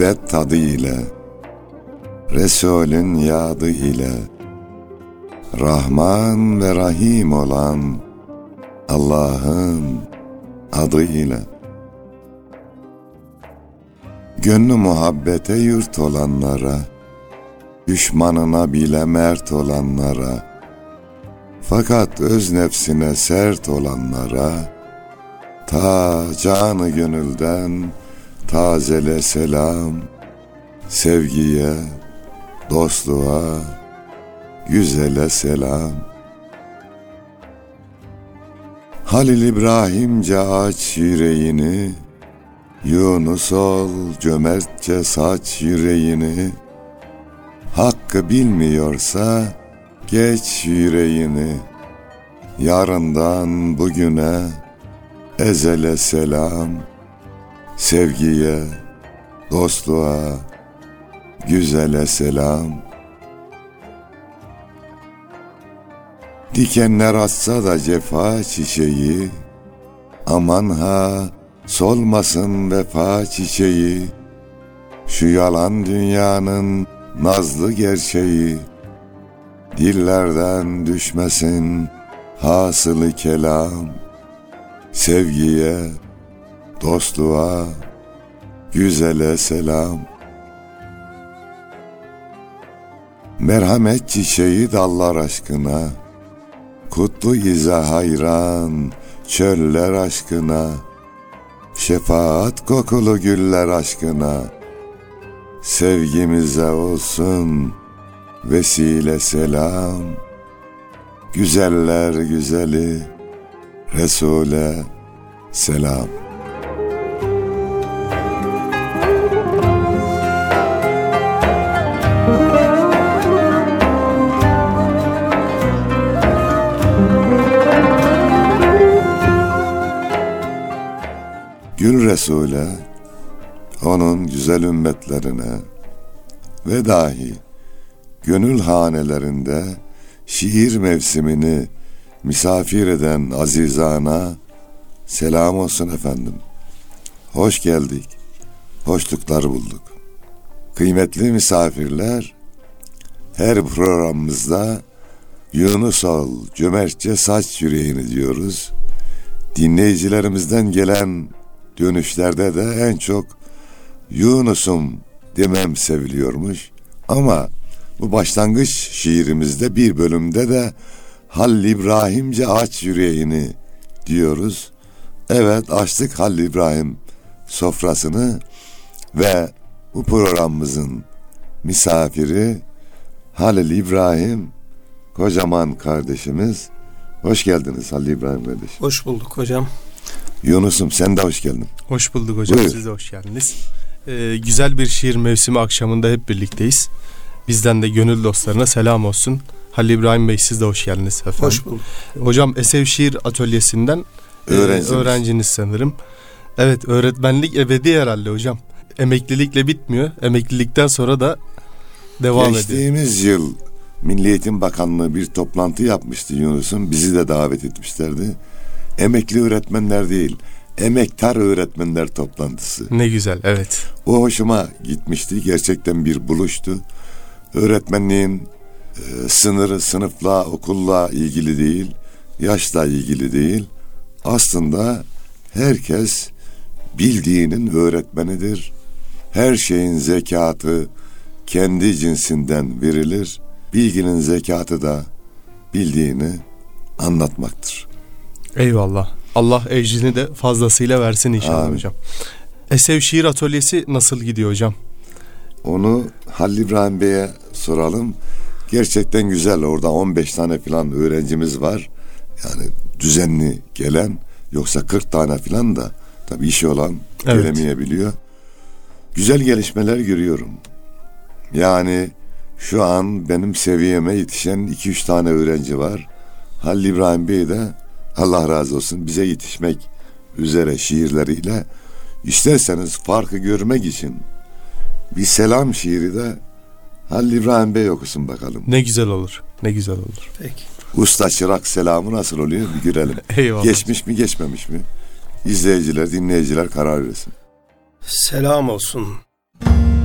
muhabbet tadı ile, Resulün yadı ile, Rahman ve Rahim olan Allah'ın adı ile. Gönlü muhabbete yurt olanlara, düşmanına bile mert olanlara, fakat öz nefsine sert olanlara, ta canı gönülden tazele selam, sevgiye, dostluğa, güzele selam. Halil İbrahimce aç yüreğini, Yunus ol cömertçe saç yüreğini, hakkı bilmiyorsa geç yüreğini, yarından bugüne ezele selam, sevgiye, dostluğa, güzele selam. Dikenler atsa da cefa çiçeği, aman ha solmasın vefa çiçeği, şu yalan dünyanın nazlı gerçeği, dillerden düşmesin hasılı kelam, sevgiye, dostluğa, güzele selam. Merhamet çiçeği dallar aşkına, kutlu ize hayran çöller aşkına, şefaat kokulu güller aşkına, sevgimize olsun vesile selam, güzeller güzeli Resul'e selam. Gül Resul'e, onun güzel ümmetlerine ve dahi gönül hanelerinde şiir mevsimini misafir eden azizana selam olsun efendim. Hoş geldik, hoşluklar bulduk. Kıymetli misafirler, her programımızda Yunus ol cömertçe saç yüreğini diyoruz. Dinleyicilerimizden gelen dönüşlerde de en çok Yunus'um demem seviliyormuş. Ama bu başlangıç şiirimizde bir bölümde de Halil İbrahimce aç yüreğini diyoruz. Evet, açtık Halil İbrahim sofrasını ve bu programımızın misafiri Halil İbrahim Kocaman kardeşimiz. Hoş geldiniz Halil İbrahim kardeşim. Hoş bulduk hocam. Yunus'um sen de hoş geldin. Hoş bulduk hocam. Buyur. Siz de hoş geldiniz. Güzel bir şiir mevsimi akşamında hep birlikteyiz. Bizden de gönül dostlarına selam olsun. Halil İbrahim Bey, siz de hoş geldiniz efendim. Hoş bulduk. Hocam Esev Şiir Atölyesi'nden öğrenciniz sanırım. Evet, öğretmenlik ebedi herhalde hocam. Emeklilikle bitmiyor. Emeklilikten sonra da devam ediyor. Geçtiğimiz yıl Milli Eğitim Bakanlığı bir toplantı yapmıştı Yunus'um. Bizi de davet etmişlerdi. Emekli öğretmenler değil, emektar öğretmenler toplantısı. Ne güzel, evet. O hoşuma gitmişti. Gerçekten bir buluştu. Öğretmenliğin sınırı sınıfla, okulla ilgili değil, yaşla ilgili değil. Aslında herkes bildiğinin öğretmenidir. Her şeyin zekatı kendi cinsinden verilir. Bilginin zekatı da bildiğini anlatmaktır. Eyvallah. Allah ecrini de fazlasıyla versin inşallah. Amin. Hocam. Esev Şiir Atölyesi nasıl gidiyor hocam? Onu Halil İbrahim Bey'e soralım. Gerçekten güzel. Orada 15 tane falan öğrencimiz var. Yani düzenli gelen, yoksa 40 tane falan da tabii işi olan gelemeyebiliyor. Güzel gelişmeler görüyorum. Yani şu an benim seviyeme yetişen 2-3 tane öğrenci var. Halil İbrahim Bey de Allah razı olsun bize yetişmek üzere şiirleriyle. İsterseniz farkı görmek için bir selam şiiri de Halil İbrahim Bey okusun bakalım. Ne güzel olur. Ne güzel olur. Peki. Usta çırak selamı nasıl oluyor bir görelim. Eyvallah. Geçmiş mi geçmemiş mi? İzleyiciler, dinleyiciler karar versin. Selam olsun.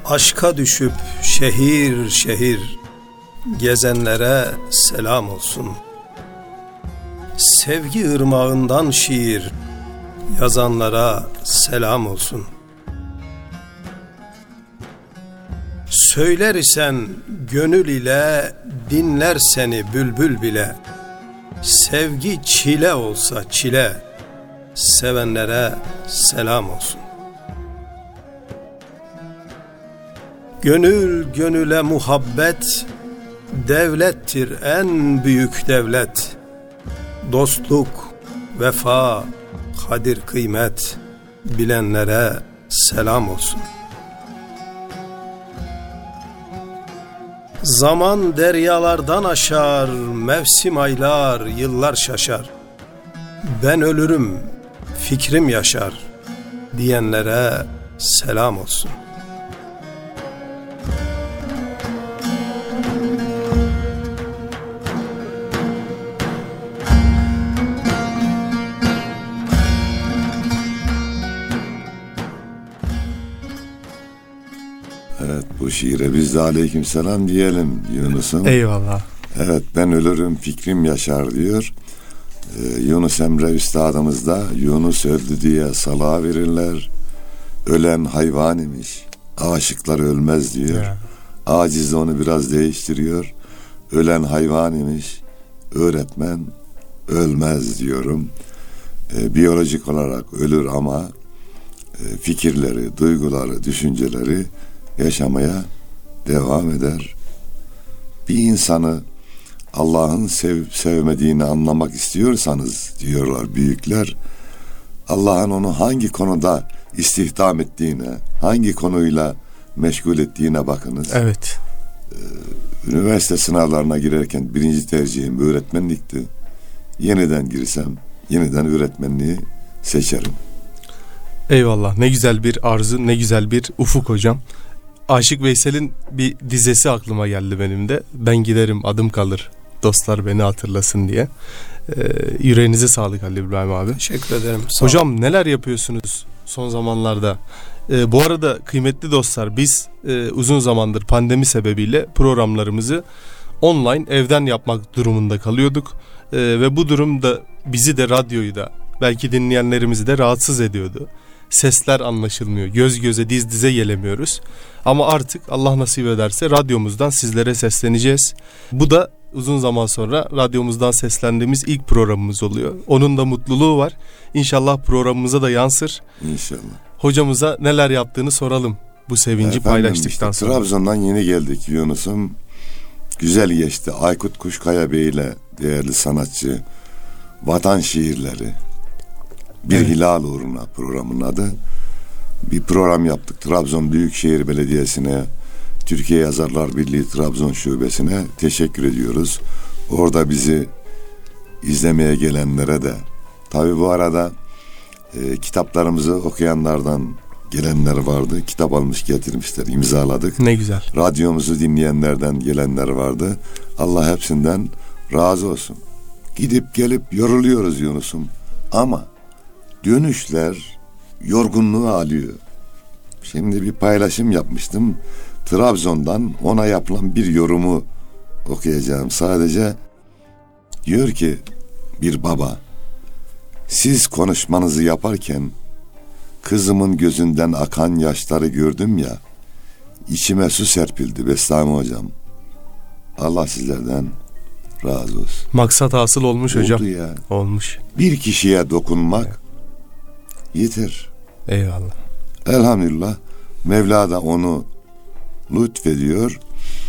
Aşka düşüp şehir şehir gezenlere selam olsun. Sevgi ırmağından şiir yazanlara selam olsun. Söyler isen gönül ile, dinler seni bülbül bile. Sevgi çile olsa çile, sevenlere selam olsun. Gönül gönüle muhabbet, devlettir en büyük devlet. Dostluk, vefa, kadir kıymet bilenlere selam olsun. Zaman deryalardan aşar, mevsim aylar, yıllar şaşar. Ben ölürüm, fikrim yaşar diyenlere selam olsun. Evet, bu şiire biz de aleykümselam diyelim Yunus'um. Eyvallah. Evet, ben ölürüm fikrim yaşar diyor. Yunus Emre üstadımız da Yunus öldü diye salağa verirler. Ölen hayvan imiş. Aşıklar ölmez diyor. Ya. Aciz onu biraz değiştiriyor. Ölen hayvan imiş. Öğretmen ölmez diyorum. Biyolojik olarak ölür ama fikirleri, duyguları, düşünceleri yaşamaya devam eder. Bir insanı Allah'ın sevmediğini anlamak istiyorsanız diyorlar büyükler, Allah'ın onu hangi konuda istihdam ettiğine, hangi konuyla meşgul ettiğine bakınız. Evet. Üniversite sınavlarına girerken birinci tercihim öğretmenlikti. Yeniden girsem yeniden öğretmenliği seçerim. Eyvallah. Ne güzel bir arzu, ne güzel bir ufuk hocam. Aşık Veysel'in bir dizesi aklıma geldi benim de. Ben giderim adım kalır, dostlar beni hatırlasın diye. Yüreğinize sağlık Halil İbrahim abi. Teşekkür ederim. Hocam neler yapıyorsunuz son zamanlarda? Bu arada kıymetli dostlar, biz uzun zamandır pandemi sebebiyle programlarımızı online evden yapmak durumunda kalıyorduk. Ve bu durumda bizi de, radyoyu da, belki dinleyenlerimizi de rahatsız ediyordu. Sesler anlaşılmıyor. Göz göze, diz dize gelemiyoruz. Ama artık Allah nasip ederse radyomuzdan sizlere sesleneceğiz. Bu da uzun zaman sonra radyomuzdan seslendiğimiz ilk programımız oluyor. Onun da mutluluğu var. İnşallah programımıza da yansır. İnşallah. Hocamıza neler yaptığını soralım bu sevinci paylaştıktan sonra. Trabzon'dan yeni geldik Yunus'um. Güzel geçti. Aykut Kuşkaya Bey ile değerli sanatçı, Vatan Şiirleri. Bir evet. Hilal uğruna programın adı. Bir program yaptık. Trabzon Büyükşehir Belediyesi'ne, Türkiye Yazarlar Birliği Trabzon Şubesi'ne teşekkür ediyoruz. Orada bizi izlemeye gelenlere de. Tabii bu arada kitaplarımızı okuyanlardan gelenler vardı. Kitap almış getirmişler, imzaladık. Ne güzel. Radyomuzu dinleyenlerden gelenler vardı. Allah hepsinden razı olsun. Gidip gelip yoruluyoruz Yunus'um. Ama dönüşler yorgunluğu alıyor. Şimdi bir paylaşım yapmıştım. Trabzon'dan ona yapılan bir yorumu okuyacağım. Sadece diyor ki bir baba, siz konuşmanızı yaparken kızımın gözünden akan yaşları gördüm ya, içime su serpildi Bestami hocam. Allah sizlerden razı olsun. Maksat hasıl olmuş oldu hocam. Ya. Olmuş. Bir kişiye dokunmak yeter. Eyvallah. Elhamdülillah Mevla da onu lütfediyor.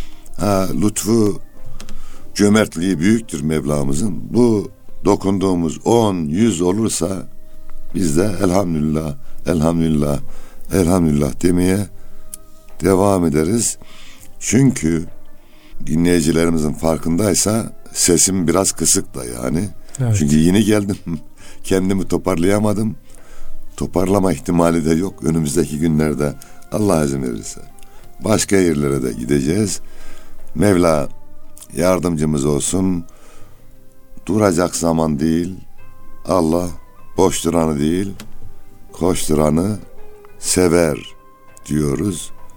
Lütfu, cömertliği büyüktür Mevlamızın. Bu dokunduğumuz 10, 100 olursa biz de elhamdülillah, elhamdülillah, elhamdülillah demeye devam ederiz. Çünkü dinleyicilerimizin farkındaysa sesim biraz kısık da yani. Evet. Çünkü yeni geldim. Kendimi toparlayamadım. Toparlama ihtimali de yok. Önümüzdeki günlerde Allah izin verirse başka yerlere de gideceğiz. Mevla yardımcımız olsun. Duracak zaman değil. Allah boş duranı değil, koşturanı sever diyoruz.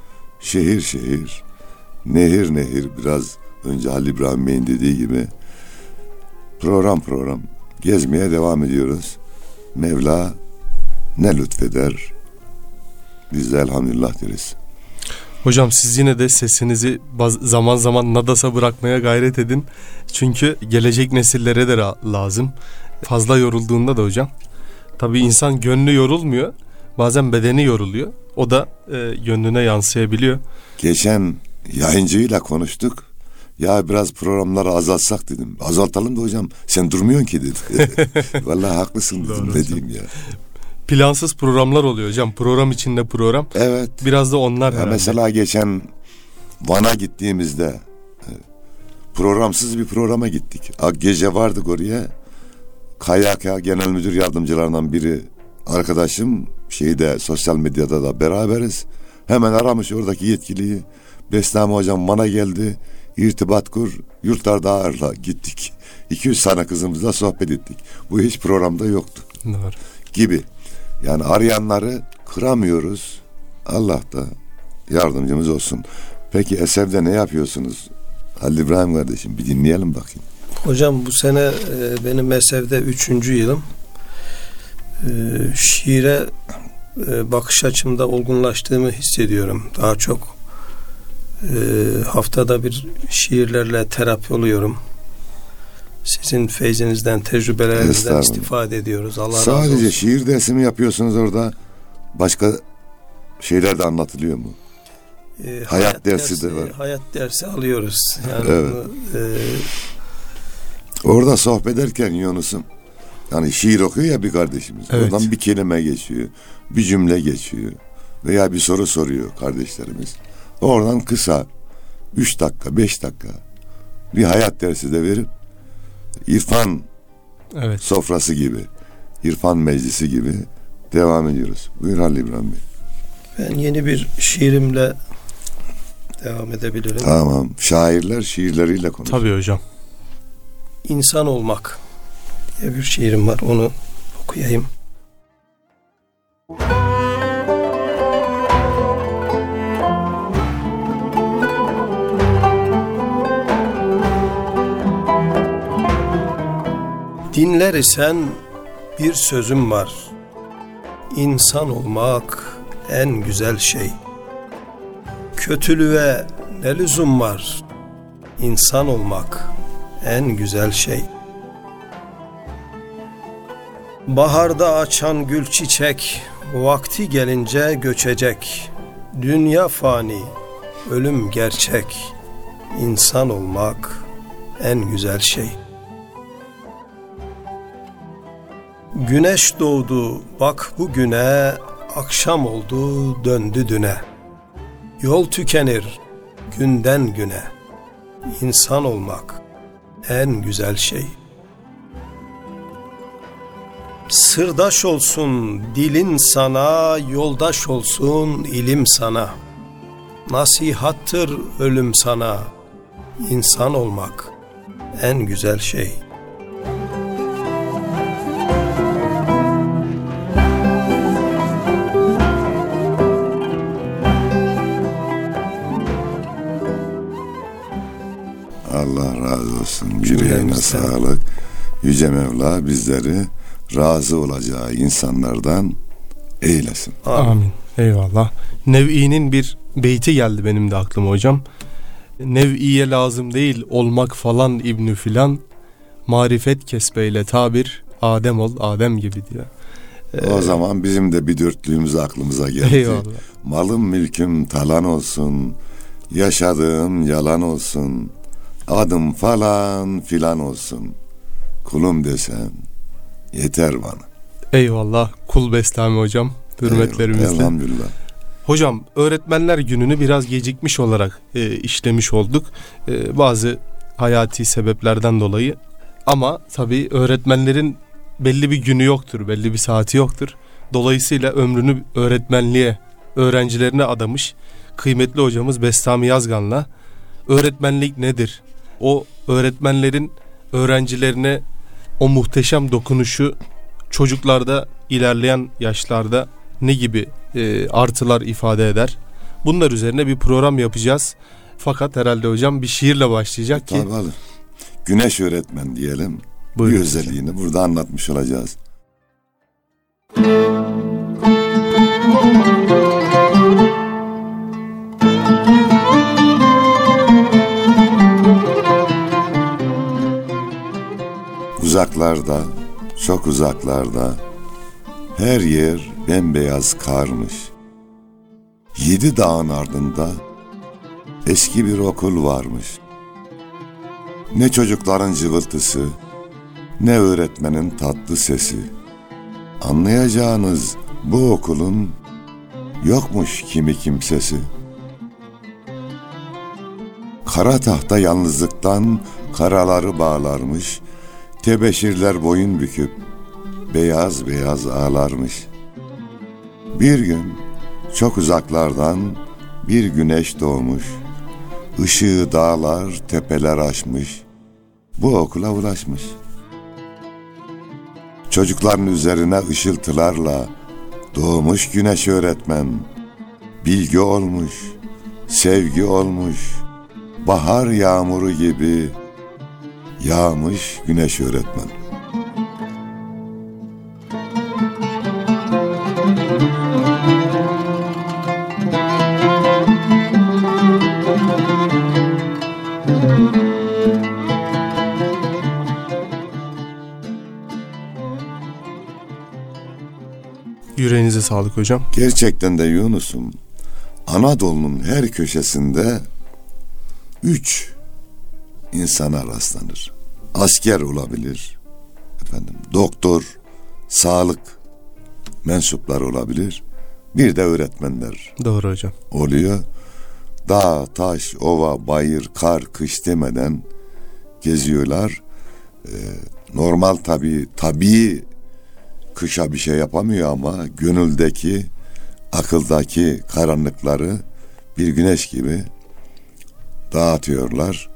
şehir şehir, nehir nehir, biraz önce Halil İbrahim Bey'in dediği gibi program program gezmeye devam ediyoruz. Mevla ne lütfeder, biz de elhamdülillah deriz. Hocam siz yine de sesinizi zaman zaman nadasa bırakmaya gayret edin. Çünkü gelecek nesillere de lazım. Fazla yorulduğunda da hocam. Tabii insan gönlü yorulmuyor. Bazen bedeni yoruluyor. O da gönlüne yansıyabiliyor. Geçen yayıncıyla konuştuk. Ya biraz programları azaltsak dedim. Azaltalım da hocam, sen durmuyorsun ki dedi. Vallahi haklısın dedim. Ne diyeyim ya. Plansız programlar oluyor hocam. Program içinde program. Evet. Biraz da onlar herhalde. Mesela geçen Van'a gittiğimizde programsız bir programa gittik. Gece vardık oraya. KYK Genel Müdür Yardımcılarından biri arkadaşım, sosyal medyada da beraberiz. Hemen aramış oradaki yetkiliyi. Bestami hocam Van'a geldi. İrtibat kur, yurtlarda ağırla. Gittik. 200 tane kızımızla sohbet ettik. Bu hiç programda yoktu. Doğru. Gibi. Yani arayanları kıramıyoruz. Allah da yardımcımız olsun. Peki Esev'de ne yapıyorsunuz? Halil İbrahim kardeşim, bir dinleyelim bakayım. Hocam bu sene benim Esev'de 3. yılım. Şiire bakış açımda olgunlaştığımı hissediyorum. Daha çok haftada bir şiirlerle terapi oluyorum. Sizin feyzinizden, tecrübelerinizden istifade ediyoruz. Allah razı olsun. Sadece şiir dersi mi yapıyorsunuz orada? Başka şeyler de anlatılıyor mu? Hayat dersi de var. Hayat dersi alıyoruz. Yani evet. Orada sohbet ederken Yunus'um, yani şiir okuyor ya bir kardeşimiz. Evet. Oradan bir kelime geçiyor, bir cümle geçiyor veya bir soru soruyor kardeşlerimiz. Oradan kısa 3 dakika, 5 dakika bir hayat dersi de verip İrfan sofrası gibi, İrfan meclisi gibi devam ediyoruz. Buyur Halil İbrahim Bey. Ben yeni bir şiirimle devam edebilirim. Tamam. Şairler şiirleriyle konuşuyor. Tabii hocam. İnsan olmak diye bir şiirim var. Onu okuyayım. Dinler isen bir sözüm var. İnsan olmak en güzel şey. Kötülüğe ne lüzum var? İnsan olmak en güzel şey. Baharda açan gül çiçek, vakti gelince göçecek. Dünya fani, ölüm gerçek. İnsan olmak en güzel şey. Güneş doğdu bak bugüne, akşam oldu döndü düne. Yol tükenir günden güne. İnsan olmak en güzel şey. Sırdaş olsun dilin sana, yoldaş olsun ilim sana. Nasihattır ölüm sana. İnsan olmak en güzel şey. Allah razı olsun. Yüreğine sağlık. Yüce Mevla bizleri razı olacağı insanlardan eylesin. Amin. Eyvallah. Nev'i'nin bir beyti geldi benim de aklıma hocam. Nev'iye lazım değil olmak falan İbnü filan, marifet kesbeyle tabir Adem ol Adem gibi diyor. O zaman bizim de bir dörtlüğümüz aklımıza geldi. Eyvallah. Malım mülküm talan olsun, yaşadığım yalan olsun, adım falan filan olsun, kulum desem yeter bana. Eyvallah. Kul Bestami hocam. Hürmetlerimizle. Elhamdülillah. Hocam öğretmenler gününü biraz gecikmiş olarak işlemiş olduk. Bazı hayati sebeplerden dolayı. Ama tabii öğretmenlerin belli bir günü yoktur. Belli bir saati yoktur. Dolayısıyla ömrünü öğretmenliğe, öğrencilerine adamış kıymetli hocamız Bestami Yazgan'la öğretmenlik nedir? O öğretmenlerin öğrencilerine o muhteşem dokunuşu çocuklarda ilerleyen yaşlarda ne gibi artılar ifade eder? Bunlar üzerine bir program yapacağız. Fakat herhalde hocam bir şiirle başlayacak ki. Tabii. Güneş öğretmen diyelim. Buyurun. Bir özelliğini burada anlatmış olacağız. Uzaklarda, çok uzaklarda, her yer bembeyaz karmış. 7 dağın ardında eski bir okul varmış. Ne çocukların cıvıltısı, ne öğretmenin tatlı sesi. Anlayacağınız bu okulun yokmuş kimi kimsesi. Kara tahta yalnızlıktan karaları bağlarmış, tebeşirler boyun büküp beyaz beyaz ağlarmış. Bir gün çok uzaklardan bir güneş doğmuş, ışığı dağlar tepeler aşmış, bu okula ulaşmış. Çocukların üzerine ışıltılarla doğmuş güneş öğretmen, bilgi olmuş, sevgi olmuş, bahar yağmuru gibi yağmış güneş öğretmen. Yüreğinize sağlık hocam. Gerçekten de Yunus'um, Anadolu'nun her köşesinde 3 insana rastlanır. Asker olabilir, doktor, sağlık mensupları olabilir. Bir de öğretmenler. Doğru hocam. Oluyor. Dağ, taş, ova, bayır, kar, kış demeden geziyorlar. Normal tabii kışa bir şey yapamıyor ama gönüldeki, akıldaki karanlıkları bir güneş gibi dağıtıyorlar.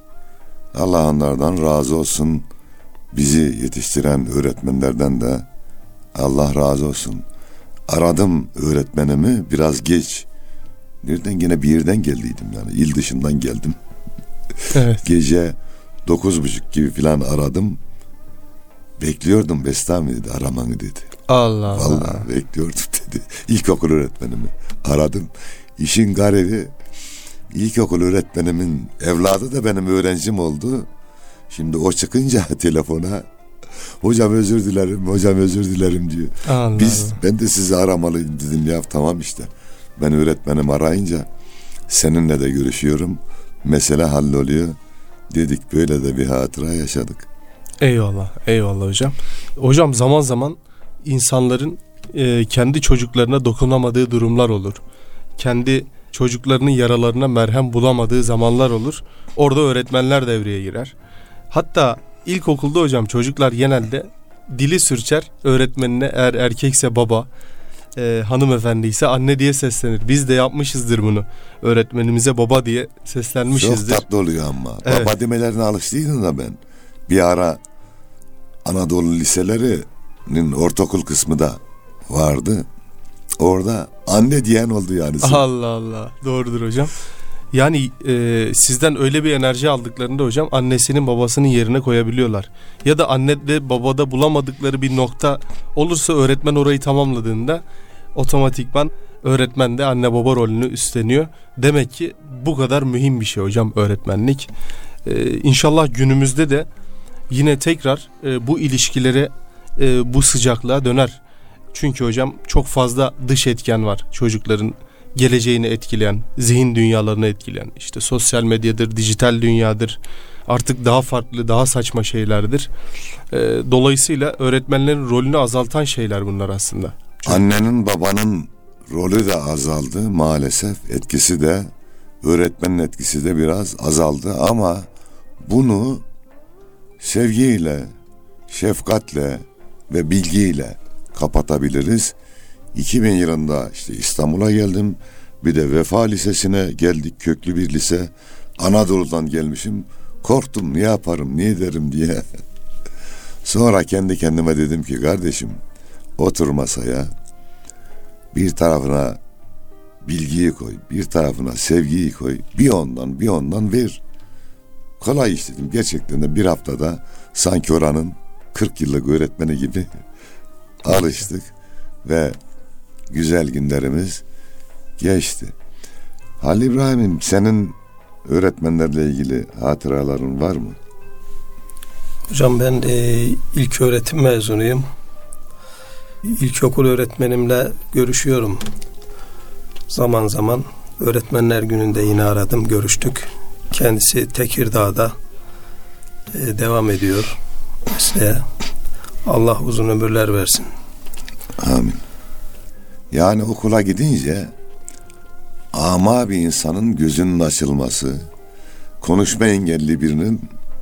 Allah onlardan razı olsun. Bizi yetiştiren öğretmenlerden de Allah razı olsun. Aradım öğretmenimi biraz geç. Nereden, yine bir yerden geldiydim yani. İl dışından geldim. Evet. Gece 9.30 gibi falan aradım. Bekliyordum Bestami dedi, aramanı dedi. Allah Allah. Vallahi bekliyordum dedi. İlkokul öğretmenimi aradım. İşin garibi, İlkokul öğretmenimin evladı da benim öğrencim oldu. Şimdi o çıkınca telefona hocam özür dilerim diyor. Allah Ben de sizi aramalıyım dedim ya, tamam işte. Ben öğretmenim arayınca seninle de görüşüyorum. Mesele halloluyor. Dedik, böyle de bir hatıra yaşadık. Eyvallah hocam. Hocam zaman zaman insanların kendi çocuklarına dokunamadığı durumlar olur. Kendi çocuklarının yaralarına merhem bulamadığı zamanlar olur. Orada öğretmenler devreye girer. Hatta ilkokulda hocam çocuklar genelde dili sürçer, öğretmenine eğer erkekse baba, hanımefendi ise anne diye seslenir. Biz de yapmışızdır bunu. Öğretmenimize baba diye seslenmişizdir. Çok tatlı oluyor ama. Evet. Baba demelerine alıştıydım da ben. Bir ara Anadolu liselerinin ortaokul kısmı da vardı. Orada anne diyen oldu yani. Allah. Doğrudur hocam. Yani sizden öyle bir enerji aldıklarında hocam annesinin babasının yerine koyabiliyorlar. Ya da annede babada bulamadıkları bir nokta olursa öğretmen orayı tamamladığında otomatikman öğretmen de anne baba rolünü üstleniyor. Demek ki bu kadar mühim bir şey hocam öğretmenlik. İnşallah günümüzde de yine tekrar bu ilişkilere, bu sıcaklığa döner. Çünkü hocam çok fazla dış etken var çocukların geleceğini etkileyen, zihin dünyalarını etkileyen. İşte sosyal medyadır, dijital dünyadır. Artık daha farklı, daha saçma şeylerdir. Dolayısıyla öğretmenlerin rolünü azaltan şeyler bunlar aslında. Annenin babanın rolü de azaldı maalesef. Etkisi de, öğretmenin etkisi de biraz azaldı ama bunu sevgiyle, şefkatle ve bilgiyle kapatabiliriz. 2000 yılında işte İstanbul'a geldim. Bir de Vefa Lisesi'ne geldik. Köklü bir lise. Anadolu'dan gelmişim. Korktum, ne yaparım, ne ederim diye. Sonra kendi kendime dedim ki kardeşim, otur masaya. Bir tarafına bilgiyi koy, bir tarafına sevgiyi koy, bir ondan ver. Kolay iş dedim. Gerçekten de bir haftada sanki oranın 40 yıllık öğretmeni gibi alıştık ve güzel günlerimiz geçti. Halil İbrahim'im, senin öğretmenlerle ilgili hatıraların var mı? Hocam ben ilk öğretim mezunuyum. İlkokul öğretmenimle görüşüyorum. Zaman zaman öğretmenler gününde yine aradım, görüştük. Kendisi Tekirdağ'da devam ediyor mesleğe. Allah uzun ömürler versin. Amin. Yani okula gidince ama bir insanın gözünün açılması, konuşma engelli birinin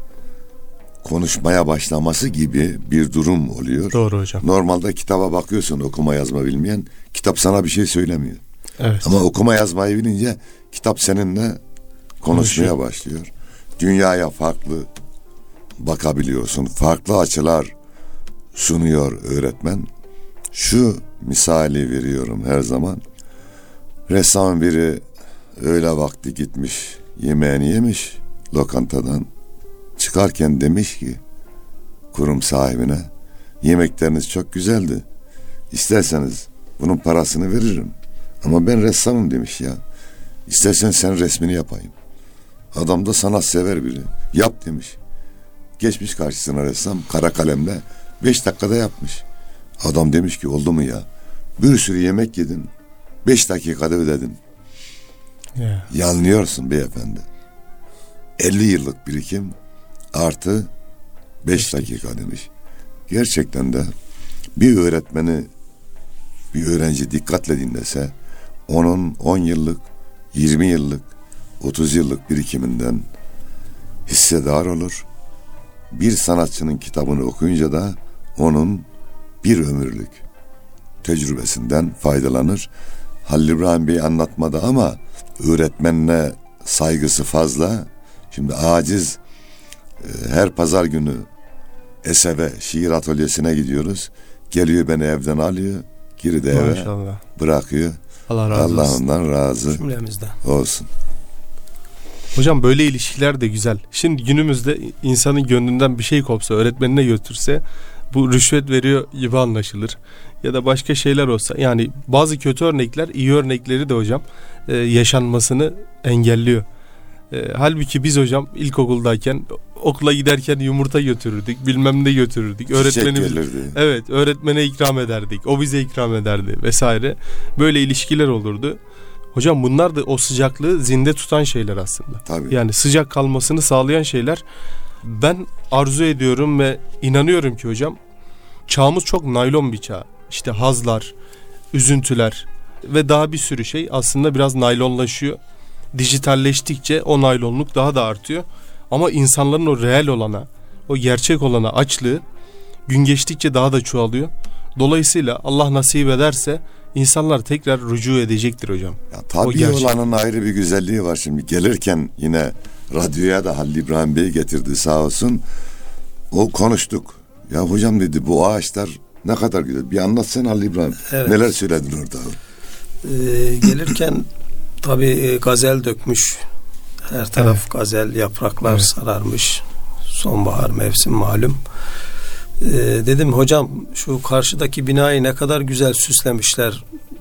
konuşmaya başlaması gibi bir durum oluyor. Doğru hocam. Normalde kitaba bakıyorsun, okuma yazma bilmeyen, kitap sana bir şey söylemiyor. Evet. Ama okuma yazmayı bilince kitap seninle konuşmaya başlıyor. Dünyaya farklı bakabiliyorsun. Farklı açılar sunuyor öğretmen. Şu misali veriyorum her zaman. Ressam biri öğle vakti gitmiş, yemeğini yemiş lokantadan. Çıkarken demiş ki kurum sahibine, yemekleriniz çok güzeldi. İsterseniz bunun parasını veririm. Ama ben ressamım demiş ya. İstersen sen resmini yapayım. Adam da sanat sever biri. Yap demiş. Geçmiş karşısına ressam kara kalemle 5 dakikada yapmış. Adam demiş ki oldu mu ya? Bir sürü yemek yedin. 5 dakikada ödedin. Yeah. Yanılıyorsun beyefendi. 50 yıllık birikim artı 5 dakika demiş. Gerçekten de bir öğretmeni bir öğrenci dikkatle dinlese onun 10 yıllık, 20 yıllık, 30 yıllık birikiminden hissedar olur. Bir sanatçının kitabını okuyunca da onun bir ömürlük tecrübesinden faydalanır. Halil İbrahim Bey anlatmadı ama öğretmenine saygısı fazla. Şimdi aciz her pazar günü Esev'e şiir atölyesine gidiyoruz. Geliyor beni evden alıyor. Geri de eve bırakıyor. Allah ondan razı cümlemizden olsun. Hocam böyle ilişkiler de güzel. Şimdi günümüzde insanın gönlünden bir şey kopsa, öğretmenine götürse bu rüşvet veriyor gibi anlaşılır. Ya da başka şeyler olsa. Yani bazı kötü örnekler iyi örnekleri de hocam yaşanmasını engelliyor. Halbuki biz hocam ilkokuldayken okula giderken yumurta götürürdük, bilmem ne götürürdük. Evet, öğretmene ikram ederdik. O bize ikram ederdi vesaire. Böyle ilişkiler olurdu. Hocam bunlar da o sıcaklığı zinde tutan şeyler aslında. Tabii. Yani sıcak kalmasını sağlayan şeyler. Ben arzu ediyorum ve inanıyorum ki hocam çağımız çok naylon bir çağ. İşte hazlar, üzüntüler ve daha bir sürü şey aslında biraz naylonlaşıyor. Dijitalleştikçe o naylonluk daha da artıyor. Ama insanların o reel olana, o gerçek olana açlığı gün geçtikçe daha da çoğalıyor. Dolayısıyla Allah nasip ederse insanlar tekrar rücu edecektir hocam. Ya, tabii olanın ayrı bir güzelliği var. Şimdi gelirken yine radyoya da Halil İbrahim Bey getirdi sağ olsun. O konuştuk. Ya hocam dedi bu ağaçlar ne kadar güzel. Bir anlatsana Halil İbrahim. Evet. Neler söyledin orada? Gelirken tabii gazel dökmüş. Her taraf gazel, yapraklar sararmış. Sonbahar mevsim malum. Dedim hocam şu karşıdaki binayı ne kadar güzel süslemişler.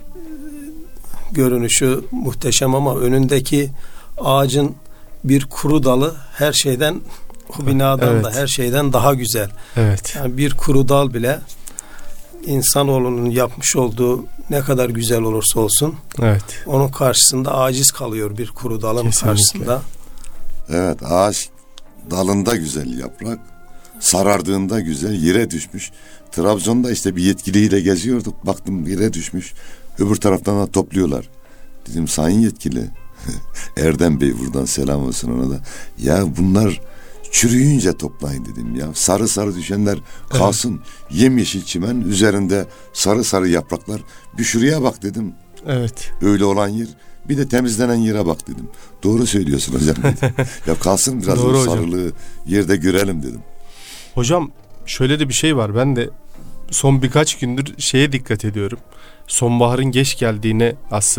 Görünüşü muhteşem ama önündeki ağacın bir kuru dalı her şeyden, o binadan da her şeyden daha güzel. Evet. Yani bir kuru dal bile insanoğlunun yapmış olduğu ne kadar güzel olursa olsun onun karşısında aciz kalıyor bir kuru dalın karşısında. Evet, ağaç dalında güzel yaprak, sarardığında güzel, yere düşmüş. Trabzon'da işte bir yetkiliyle geziyorduk, baktım yere düşmüş. Öbür taraftan da topluyorlar. Dedim sayın yetkili Erdem Bey, buradan selam olsun ona da. Ya bunlar çürüyünce toplayın dedim ya. Sarı sarı düşenler kalsın. Yemyeşil çimen üzerinde sarı sarı yapraklar. Bir şuraya bak dedim. Evet. Öyle olan yer. Bir de temizlenen yere bak dedim. Doğru söylüyorsun hocam dedim. Ya kalsın biraz o sarılığı yerde görelim dedim. Hocam şöyle de bir şey var. Ben de son birkaç gündür şeye dikkat ediyorum. Sonbaharın geç geldiğine aslında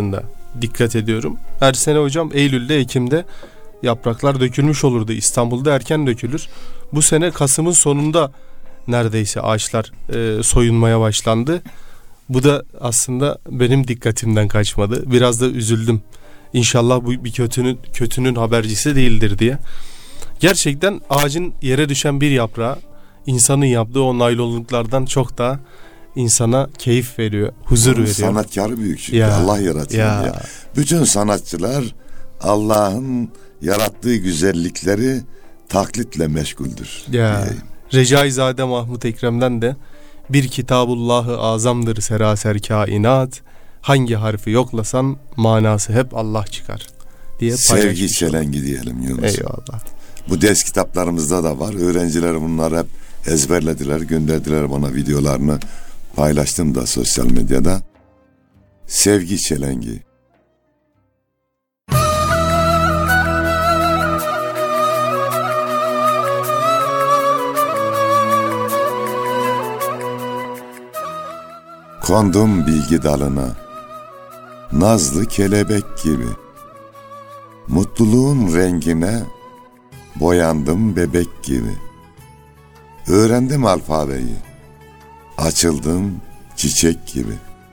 dikkat ediyorum. Her sene hocam Eylül'de, Ekim'de yapraklar dökülmüş olurdu. İstanbul'da erken dökülür. Bu sene Kasım'ın sonunda neredeyse ağaçlar soyunmaya başlandı. Bu da aslında benim dikkatimden kaçmadı. Biraz da üzüldüm. İnşallah bu bir kötünün habercisi değildir diye. Gerçekten ağacın yere düşen bir yaprağı insanın yaptığı o naylonluklardan çok daha insana keyif veriyor, huzur veriyor. Sanatkarı büyük çünkü Allah yaratıyor ya. Bütün sanatçılar Allah'ın yarattığı güzellikleri taklitle meşguldür. Recaizade Mahmut Ekrem'den de bir Kitabullahı azamdır seraser kainat, hangi harfi yoklasan manası hep Allah çıkar diye sevgi çelengi diyelim Yunus. Eyvallah. Bu ders kitaplarımızda da var. Öğrenciler bunları hep ezberlediler, gönderdiler bana videolarını. Paylaştım da sosyal medyada. Sevgi çelengi. Kondum bilgi dalına, nazlı kelebek gibi. Mutluluğun rengine boyandım bebek gibi. Öğrendim alfabeyi, açıldım çiçek gibi.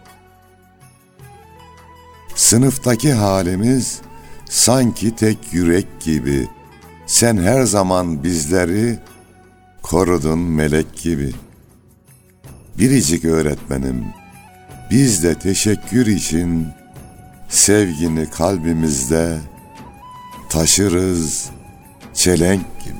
Sınıftaki halimiz sanki tek yürek gibi. Sen her zaman bizleri korudun melek gibi. Biricik öğretmenim, biz de teşekkür için sevgini kalbimizde taşırız çelenk gibi.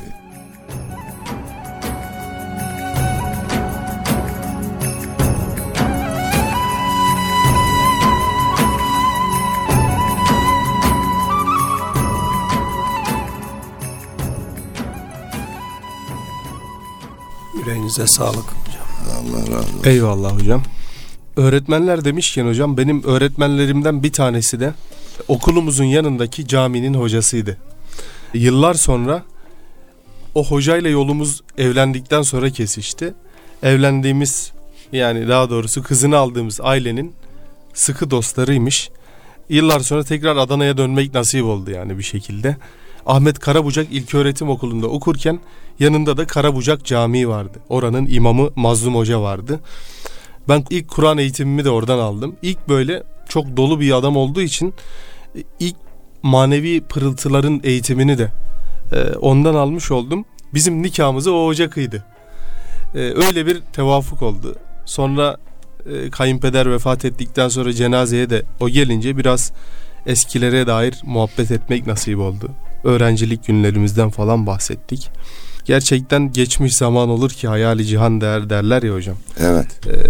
Yüreğinize sağlık hocam. Allah razı olsun. Eyvallah hocam. Öğretmenler demişken hocam, benim öğretmenlerimden bir tanesi de okulumuzun yanındaki caminin hocasıydı. Yıllar sonra o hocayla yolumuz evlendikten sonra kesişti. Evlendiğimiz, yani daha doğrusu kızını aldığımız ailenin sıkı dostlarıymış. Yıllar sonra tekrar Adana'ya dönmek nasip oldu yani bir şekilde. Ahmet Karabucak İlköğretim Okulu'nda okurken yanında da Karabucak Camii vardı. Oranın imamı Mazlum Hoca vardı. Ben ilk Kur'an eğitimimi de oradan aldım. İlk böyle çok dolu bir adam olduğu için ilk manevi pırıltıların eğitimini de ondan almış oldum. Bizim nikahımızı o hoca kıydı. Öyle bir tevafuk oldu. Sonra kayınpeder vefat ettikten sonra cenazeye de o gelince biraz eskilere dair muhabbet etmek nasip oldu. Öğrencilik günlerimizden falan bahsettik. Gerçekten geçmiş zaman olur ki hayali cihan değer derler ya hocam. Evet.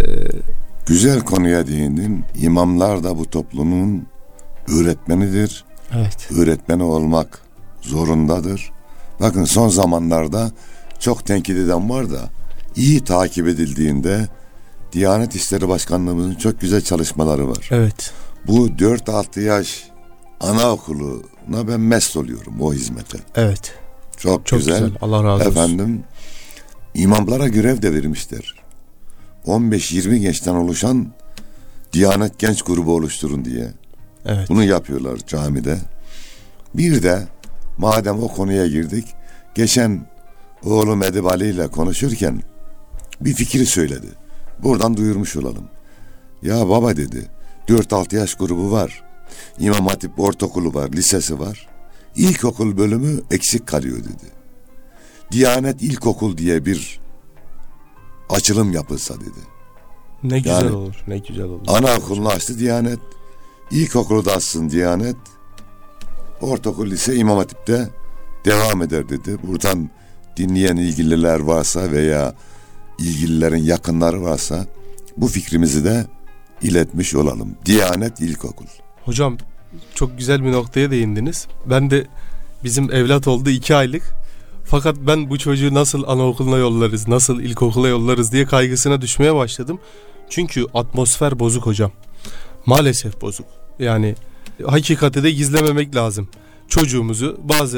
Güzel konuya değindin. İmamlar da bu toplumun öğretmenidir. Evet. Öğretmeni olmak zorundadır. Bakın son zamanlarda çok tenkit eden var da iyi takip edildiğinde Diyanet İşleri Başkanlığımızın çok güzel çalışmaları var. Evet. Bu 4-6 yaş anaokuluna ben mest oluyorum o hizmete. Evet. Çok güzel. Allah razı olsun. Efendim, imamlara görev de vermişler. 15-20 gençten oluşan Diyanet Genç Grubu oluşturun diye. Evet. Bunu yapıyorlar camide. Bir de madem o konuya girdik, geçen oğlum Edip Ali ile konuşurken bir fikri söyledi. Buradan duyurmuş olalım. Ya baba dedi, 4-6 yaş grubu var. İmam Hatip ortaokulu var, lisesi var. İlkokul bölümü eksik kalıyor dedi. Diyanet İlkokul diye bir açılım yapılsa dedi. Ne güzel yani, olur, ne güzel olur. Anaokulunu açtı Diyanet, ilkokulu da açsın Diyanet, ortaokul, lise İmam Hatip'te devam eder dedi. Buradan dinleyen ilgililer varsa veya ilgililerin yakınları varsa bu fikrimizi de iletmiş olalım. Diyanet İlkokul. Hocam çok güzel bir noktaya değindiniz. Ben de bizim evlat oldu 2 aylık. Fakat ben bu çocuğu nasıl anaokuluna yollarız, nasıl ilkokula yollarız diye kaygısına düşmeye başladım. Çünkü atmosfer bozuk hocam. Maalesef bozuk. Yani hakikati de gizlememek lazım. Çocuğumuzu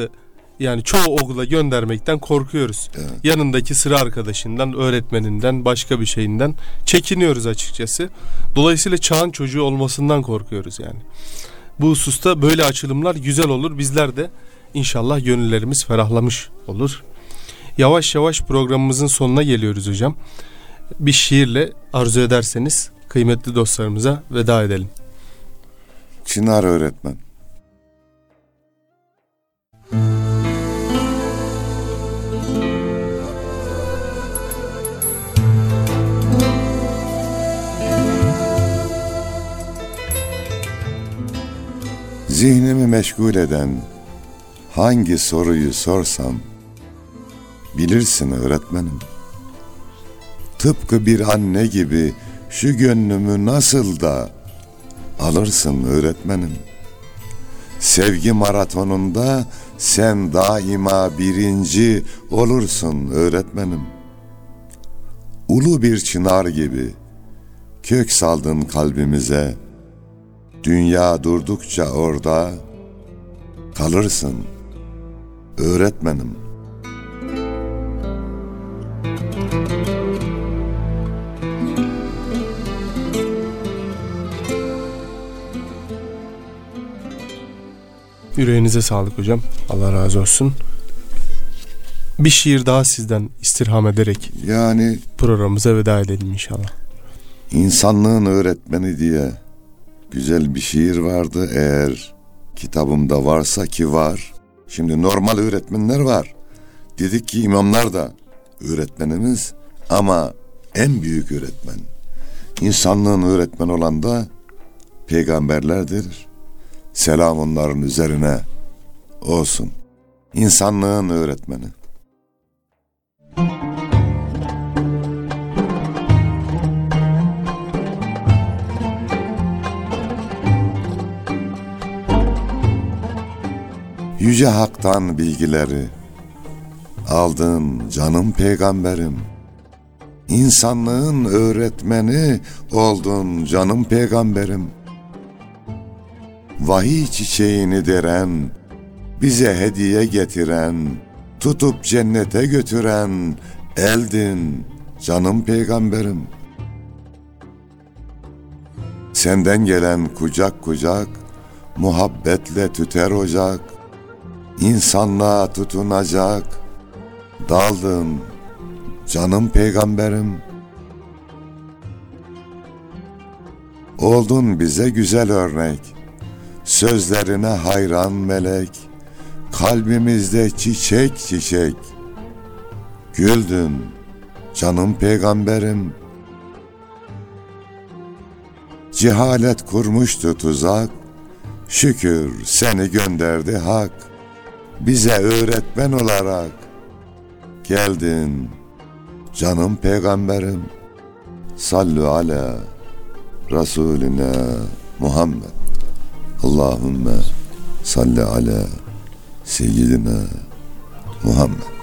çoğu okula göndermekten korkuyoruz. Evet. Yanındaki sıra arkadaşından, öğretmeninden, başka bir şeyinden çekiniyoruz açıkçası. Dolayısıyla çağın çocuğu olmasından korkuyoruz yani. Bu hususta böyle açılımlar güzel olur. Bizler de inşallah gönüllerimiz ferahlamış olur. Yavaş yavaş programımızın sonuna geliyoruz hocam. Bir şiirle arzu ederseniz kıymetli dostlarımıza veda edelim. Çınar öğretmen. Zihnimi meşgul eden hangi soruyu sorsam bilirsin öğretmenim. Tıpkı bir anne gibi şu gönlümü nasıl da alırsın öğretmenim. Sevgi maratonunda sen daima birinci olursun öğretmenim. Ulu bir çınar gibi kök saldın kalbimize. Dünya durdukça orada kalırsın öğretmenim. Yüreğinize sağlık hocam. Allah razı olsun. Bir şiir daha sizden istirham ederek yani programımıza veda edelim inşallah. İnsanlığın öğretmeni diye güzel bir şiir vardı. Eğer kitabımda varsa ki var. Şimdi normal öğretmenler var. Dedik ki imamlar da öğretmenimiz ama en büyük öğretmen, İnsanlığın öğretmeni olan da peygamberlerdir. Selam onların üzerine olsun. İnsanlığın öğretmeni. Yüce Hak'tan bilgileri aldın canım peygamberim. İnsanlığın öğretmeni oldun canım peygamberim. Vahiy çiçeğini deren, bize hediye getiren, tutup cennete götüren eldin canım peygamberim. Senden gelen kucak kucak, muhabbetle tüter ocak, İnsanlığa tutunacak daldın canım peygamberim. Oldun bize güzel örnek, sözlerine hayran melek, kalbimizde çiçek çiçek güldün canım peygamberim. Cehalet kurmuştu tuzak, şükür seni gönderdi hak. Bize öğretmen olarak geldin canım peygamberim. Sallu ala Resulina Muhammed. Allahümme salli ala seyyidina Muhammed.